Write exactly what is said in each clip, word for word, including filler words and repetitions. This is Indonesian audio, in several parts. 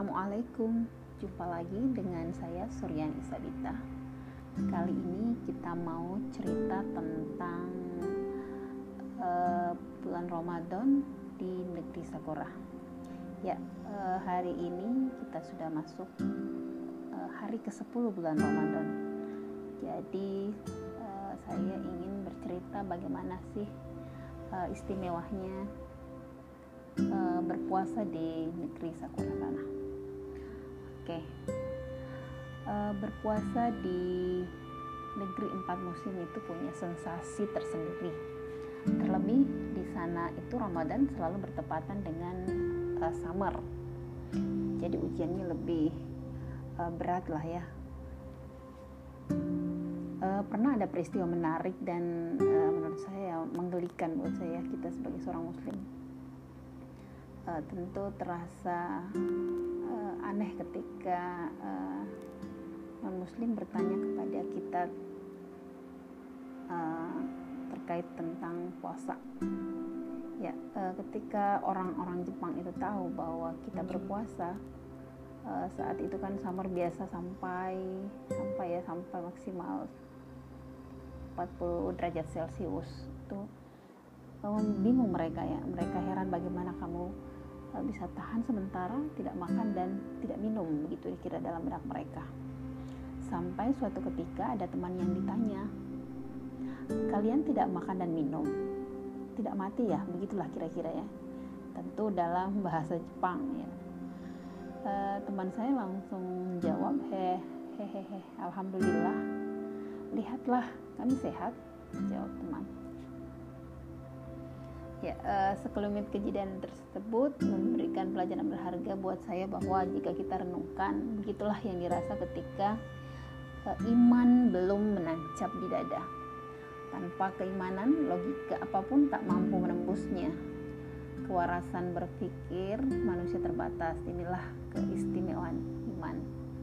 Assalamualaikum, jumpa lagi dengan saya Suryani Sabita. Kali ini kita mau cerita tentang uh, bulan Ramadan di negeri Sakura. Ya, uh, hari ini kita sudah masuk uh, hari kesepuluh bulan Ramadan. Jadi uh, saya ingin bercerita bagaimana sih uh, istimewanya uh, berpuasa di negeri Sakura sana. Oke, uh, berpuasa di negeri empat musim itu punya sensasi tersendiri. Terlebih di sana itu Ramadan selalu bertepatan dengan uh, summer. Jadi ujiannya lebih uh, berat lah ya. Uh, pernah ada peristiwa menarik dan uh, menurut saya menggelikan buat saya, kita sebagai seorang muslim. Uh, tentu terasa uh, aneh ketika uh, non-muslim bertanya kepada kita uh, terkait tentang puasa. Ya, uh, ketika orang-orang Jepang itu tahu bahwa kita berpuasa, uh, saat itu kan summer biasa sampai sampai ya sampai maksimal empat puluh derajat Celcius. Itu uh, bingung mereka ya, mereka heran bagaimana kamu bisa tahan sementara tidak makan dan tidak minum, begitu dikira dalam benak mereka. Sampai suatu ketika ada teman yang ditanya, kalian tidak makan dan minum, tidak mati ya? Begitulah kira-kira ya, tentu dalam bahasa Jepang ya. E, teman saya langsung jawab, he he he he alhamdulillah, lihatlah kami sehat, jawab teman. Ya, uh, sekelumit kejadian tersebut memberikan pelajaran berharga buat saya bahwa jika kita renungkan, begitulah yang dirasa ketika uh, iman belum menancap di dada. Tanpa keimanan, logika apapun tak mampu menembusnya. Kewarasan berpikir manusia terbatas. Inilah keistimewaan iman.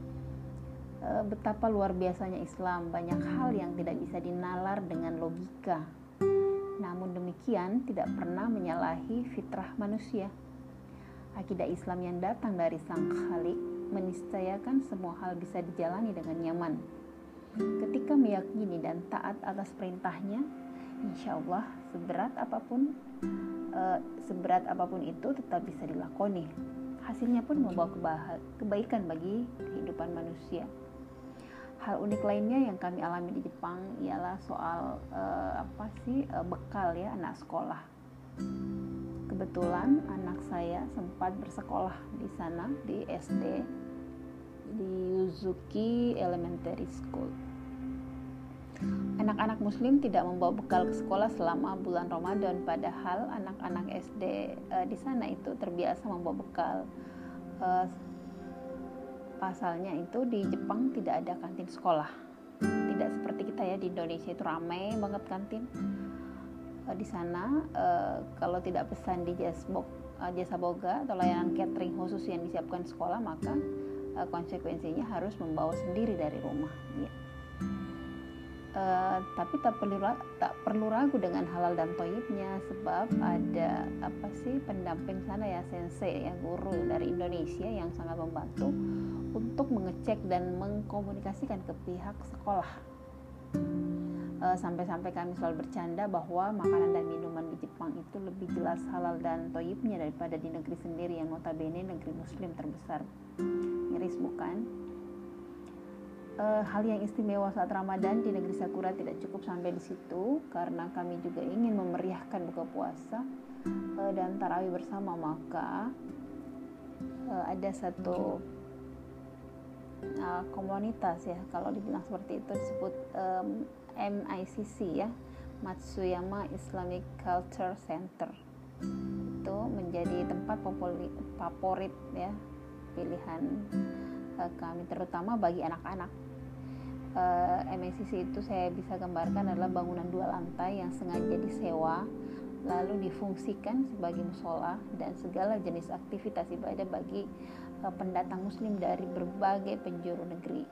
Uh, betapa luar biasanya Islam, banyak hal yang tidak bisa dinalar dengan logika. Namun demikian tidak pernah menyalahi fitrah manusia. Akidah Islam yang datang dari Sang Khalik meniscayakan semua hal bisa dijalani dengan nyaman. Ketika meyakini dan taat atas perintahnya, insya Allah seberat apapun e, seberat apapun itu tetap bisa dilakoni. Hasilnya pun membawa keba- kebaikan bagi kehidupan manusia. Hal unik lainnya yang kami alami di Jepang ialah soal uh, apa sih uh, bekal ya anak sekolah. Kebetulan anak saya sempat bersekolah di sana di S D di Uzuki Elementary School. Anak-anak muslim tidak membawa bekal ke sekolah selama bulan Ramadan, padahal anak-anak S D uh, di sana itu terbiasa membawa bekal. Uh, Pasalnya itu di Jepang tidak ada kantin sekolah. Tidak seperti kita ya, di Indonesia itu ramai banget kantin. E, di sana e, kalau tidak pesan di Jasbog, e, jasa boga atau layanan catering khusus yang disiapkan sekolah, maka e, konsekuensinya harus membawa sendiri dari rumah. Ya. E, tapi tak perlu tak perlu ragu dengan halal dan toyibnya, sebab ada apa sih pendamping sana ya, sensei ya, guru dari Indonesia yang sangat membantu untuk mengecek dan mengkomunikasikan ke pihak sekolah. E, sampai-sampai kami selalu bercanda bahwa makanan dan minuman di Jepang itu lebih jelas halal dan toyibnya daripada di negeri sendiri yang notabene negeri muslim terbesar. Miris bukan? E, hal yang istimewa saat Ramadan di negeri Sakura tidak cukup sampai di situ, karena kami juga ingin memeriahkan buka puasa e, dan tarawih bersama, maka e, ada satu Uh, komunitas ya, kalau dibilang seperti itu disebut um, M I C C ya, Matsuyama Islamic Culture Center. Itu menjadi tempat populi- favorit ya, pilihan uh, kami terutama bagi anak-anak. uh, M I C C itu saya bisa gambarkan adalah bangunan dua lantai yang sengaja disewa lalu difungsikan sebagai musola dan segala jenis aktivitas ibadah bagi uh, pendatang muslim dari berbagai penjuru negeri.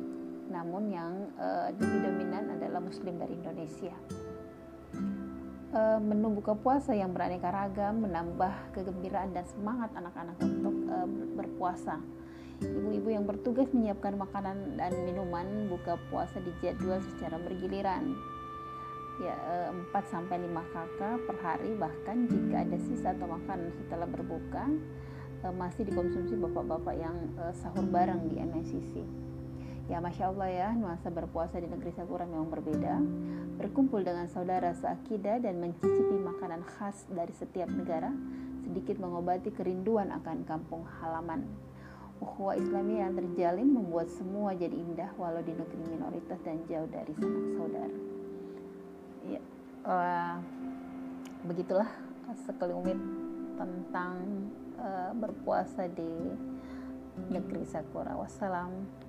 Namun yang uh, lebih dominan adalah muslim dari Indonesia. uh, menu buka puasa yang beraneka ragam menambah kegembiraan dan semangat anak-anak untuk uh, berpuasa. Ibu-ibu yang bertugas menyiapkan makanan dan minuman buka puasa dijadwal secara bergiliran. Ya, empat sampai lima kakak per hari, bahkan jika ada sisa atau makanan setelah berbuka masih dikonsumsi bapak-bapak yang sahur bareng di M I C C. Ya, Masya Allah ya, nuansa berpuasa di negeri Sakura memang berbeda. Berkumpul dengan saudara seakidah dan mencicipi makanan khas dari setiap negara sedikit mengobati kerinduan akan kampung halaman. Ukhuwah Islamiyah yang terjalin membuat semua jadi indah walau di negeri minoritas dan jauh dari sanak saudara. Ya, uh, begitulah sekelumit tentang uh, berpuasa di negeri Sakura. Wassalam.